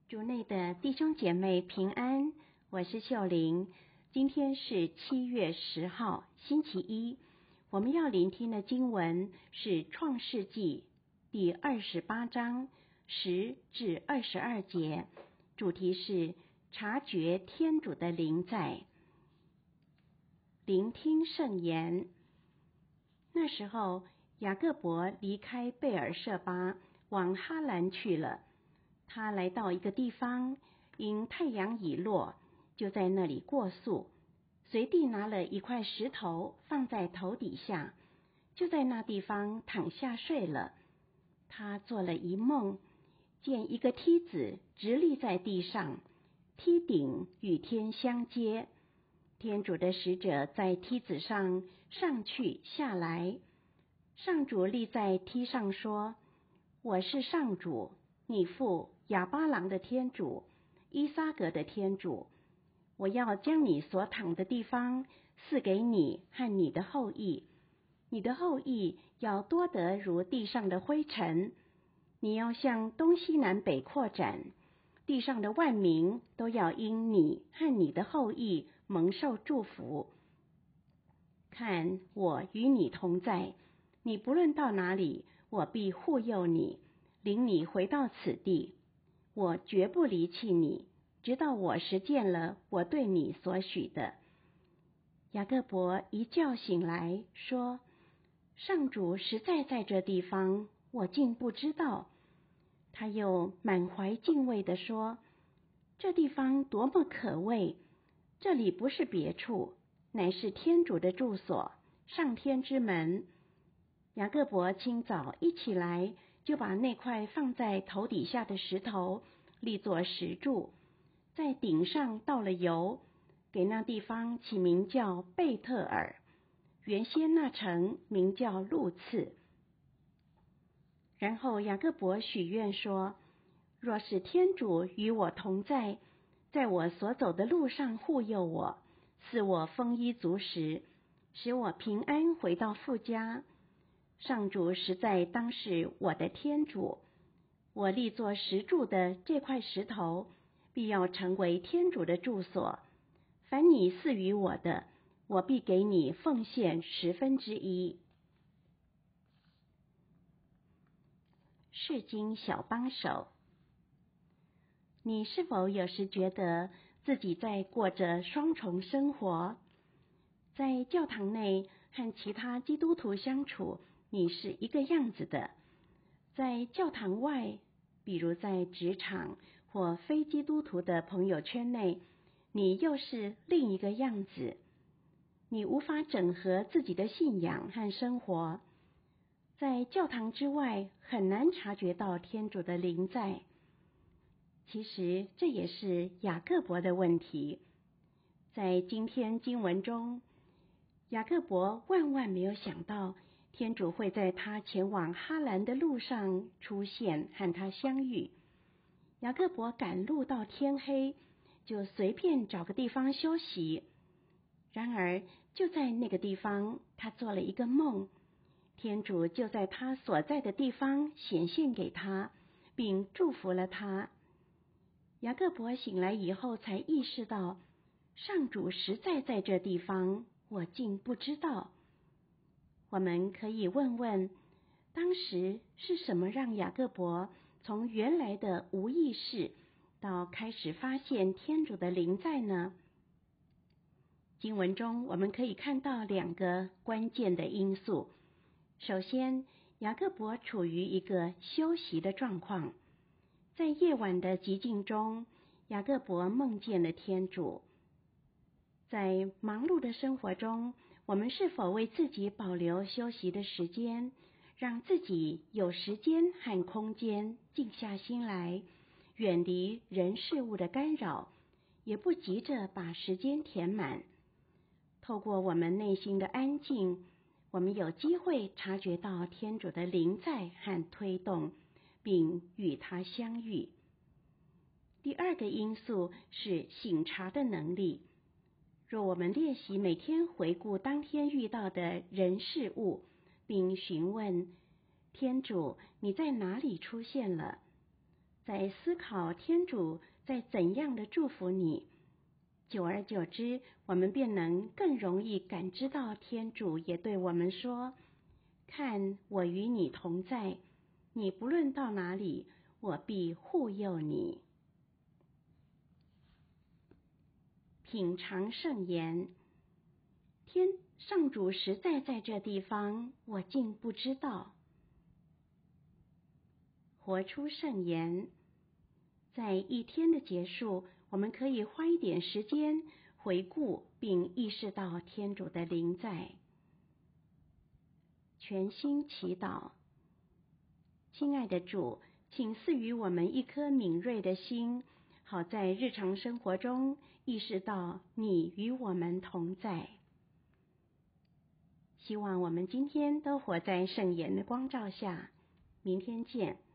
主内的弟兄姐妹平安，我是秀玲。今天是7月10号，星期一。我们要聆听的经文是创世纪第28章10至22节，主题是察觉天主的临在。聆听圣言。那时候，雅各伯离开贝尔舍巴，往哈兰去了。他来到一个地方，因太阳已落，就在那里过宿，随地拿了一块石头放在头底下，就在那地方躺下睡了。他做了一梦，见一个梯子直立在地上，梯顶与天相接，天主的使者在梯子上上去下来。上主立在梯上说：我是上主，你父亚巴郎的天主，伊撒格的天主。我要将你所躺的地方赐给你和你的后裔，你的后裔要多得如地上的灰尘。你要向东西南北扩展，地上的万民都要因你和你的后裔蒙受祝福。看，我与你同在，你不论到哪里，我必护佑你，领你回到此地。我绝不离弃你，直到我实践了我对你所许的。雅各伯一觉醒来说：上主实在在这地方，我竟不知道。他又满怀敬畏地说：这地方多么可畏！这里不是别处，乃是天主的住所，上天之门。雅各伯清早一起来，就把那块放在头底下的石头立作石柱，在顶上倒了油，给那地方起名叫贝特尔。原先那城名叫路次。然后雅各伯许愿说：若是天主与我同在，在我所走的路上护佑我，赐我丰衣足食，使我平安回到父家，上主实在当是我的天主。我立作石柱的这块石头，必要成为天主的住所。凡你赐予我的，我必给你奉献1/10。释经小帮手。你是否有时觉得自己在过着双重生活？在教堂内和其他基督徒相处，你是一个样子的；在教堂外，比如在职场或非基督徒的朋友圈内，你又是另一个样子。你无法整合自己的信仰和生活。在教堂之外，很难察觉到天主的临在。其实这也是雅各伯的问题。在今天经文中，雅各伯万万没有想到，天主会在他前往哈兰的路上出现，和他相遇。雅各伯赶路到天黑，就随便找个地方休息。然而就在那个地方，他做了一个梦，天主就在他所在的地方显现给他，并祝福了他。雅各伯醒来以后才意识到，上主实在在这地方，我竟不知道。我们可以问问，当时是什么让雅各伯从原来的无意识到开始发现天主的临在呢？经文中我们可以看到2个关键的因素。首先，雅各伯处于一个休息的状况。在夜晚的寂静中，雅各伯梦见了天主。在忙碌的生活中，我们是否为自己保留休息的时间，让自己有时间和空间静下心来，远离人事物的干扰，也不急着把时间填满？透过我们内心的安静，我们有机会察觉到天主的临在和推动，并与他相遇。第2个因素是省察的能力。若我们练习每天回顾当天遇到的人事物，并询问天主你在哪里出现了， 在思考天主在怎样的祝福你，久而久之，我们便能更容易感知到天主也对我们说：看，我与你同在，你不论到哪里，我必护佑你。品尝圣言，上主实在在这地方，我竟不知道。活出圣言，在一天的结束，我们可以花一点时间回顾并意识到天主的临在。全心祈祷，亲爱的主，请赐予我们一颗敏锐的心，好在日常生活中意识到你与我们同在。希望我们今天都活在圣言的光照下。明天见。